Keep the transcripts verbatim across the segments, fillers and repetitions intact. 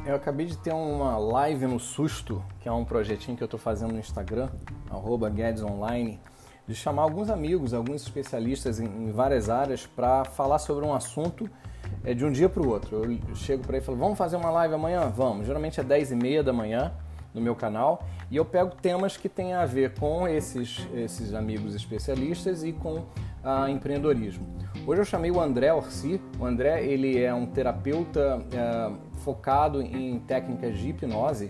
Eu acabei de ter uma live no Susto, que é um projetinho que eu estou fazendo no Instagram, arroba Guedes Online, de chamar alguns amigos, alguns especialistas em, em várias áreas para falar sobre um assunto é, de um dia para o outro. Eu chego para ele e falo, vamos fazer uma live amanhã? Vamos. Geralmente é dez e meia da manhã no meu canal e eu pego temas que têm a ver com esses, esses amigos especialistas e com ah, empreendedorismo. Hoje eu chamei o André Orsi. O André ele é um terapeuta é, focado em técnicas de hipnose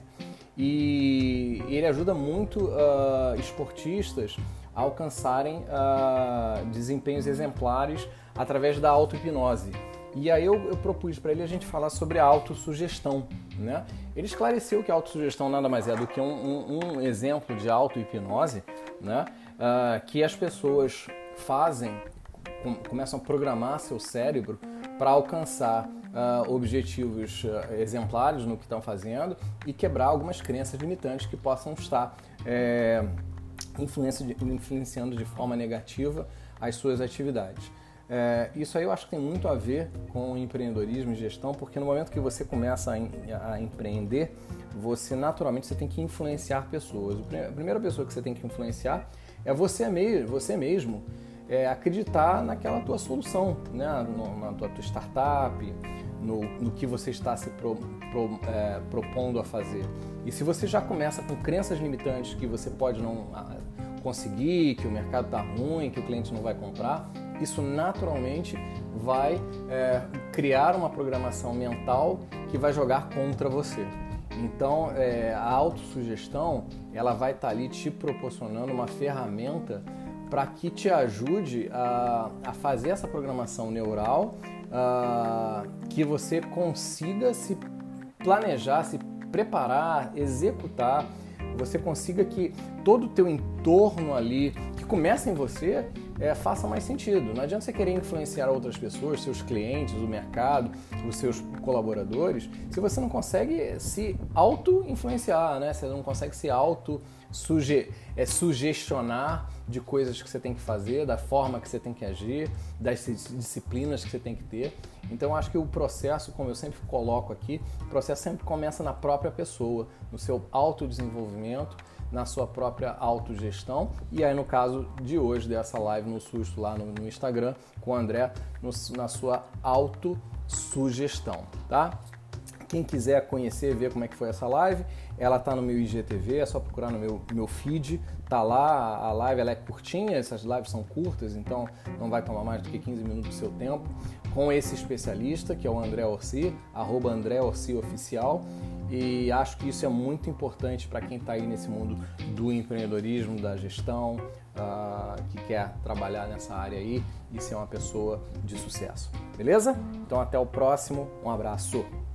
e ele ajuda muito uh, esportistas a alcançarem uh, desempenhos exemplares através da auto-hipnose. E aí eu, eu propus para ele a gente falar sobre a autossugestão, né? Ele esclareceu que a autossugestão nada mais é do que um, um, um exemplo de auto-hipnose, né? Uh, que as pessoas fazem, com, começam a programar seu cérebro para alcançar uh, objetivos uh, exemplares no que estão fazendo e quebrar algumas crenças limitantes que possam estar é, influenciando de forma negativa as suas atividades. É, isso aí eu acho que tem muito a ver com empreendedorismo e gestão, porque no momento que você começa a, em, a empreender, você naturalmente você tem que influenciar pessoas. A primeira pessoa que você tem que influenciar é você mesmo, você mesmo é, acreditar naquela tua solução, né? no, na tua, tua startup, no, no que você está se pro, pro, é, propondo a fazer. E se você já começa com crenças limitantes que você pode não conseguir, que o mercado está ruim, que o cliente não vai comprar, isso naturalmente vai é, criar uma programação mental que vai jogar contra você. Então, é, a autossugestão ela vai estar ali te proporcionando uma ferramenta para que te ajude a, a fazer essa programação neural, a, que você consiga se planejar, se preparar, executar, você consiga que todo o teu entorno ali, que começa em você, é, faça mais sentido. Não adianta você querer influenciar outras pessoas, seus clientes, o mercado, os seus colaboradores, se você não consegue se auto-influenciar, né? Você não consegue se auto-sugestionar de coisas que você tem que fazer, da forma que você tem que agir, das disciplinas que você tem que ter. Então, acho que o processo, como eu sempre coloco aqui, o processo sempre começa na própria pessoa, no seu autodesenvolvimento, na sua própria autogestão. E aí, no caso de hoje, dessa live no Susto lá no, no Instagram, com o André, no, na sua autossugestão, tá? Quem quiser conhecer, ver como é que foi essa live, ela tá no meu I G T V, é só procurar no meu, meu feed, tá lá, a live ela é curtinha, essas lives são curtas, então não vai tomar mais do que quinze minutos do seu tempo, com esse especialista, que é o André Orsi, arroba André Orsi Oficial, e acho que isso é muito importante para quem está aí nesse mundo do empreendedorismo, da gestão, uh, que quer trabalhar nessa área aí e ser uma pessoa de sucesso, beleza? Então até o próximo, um abraço!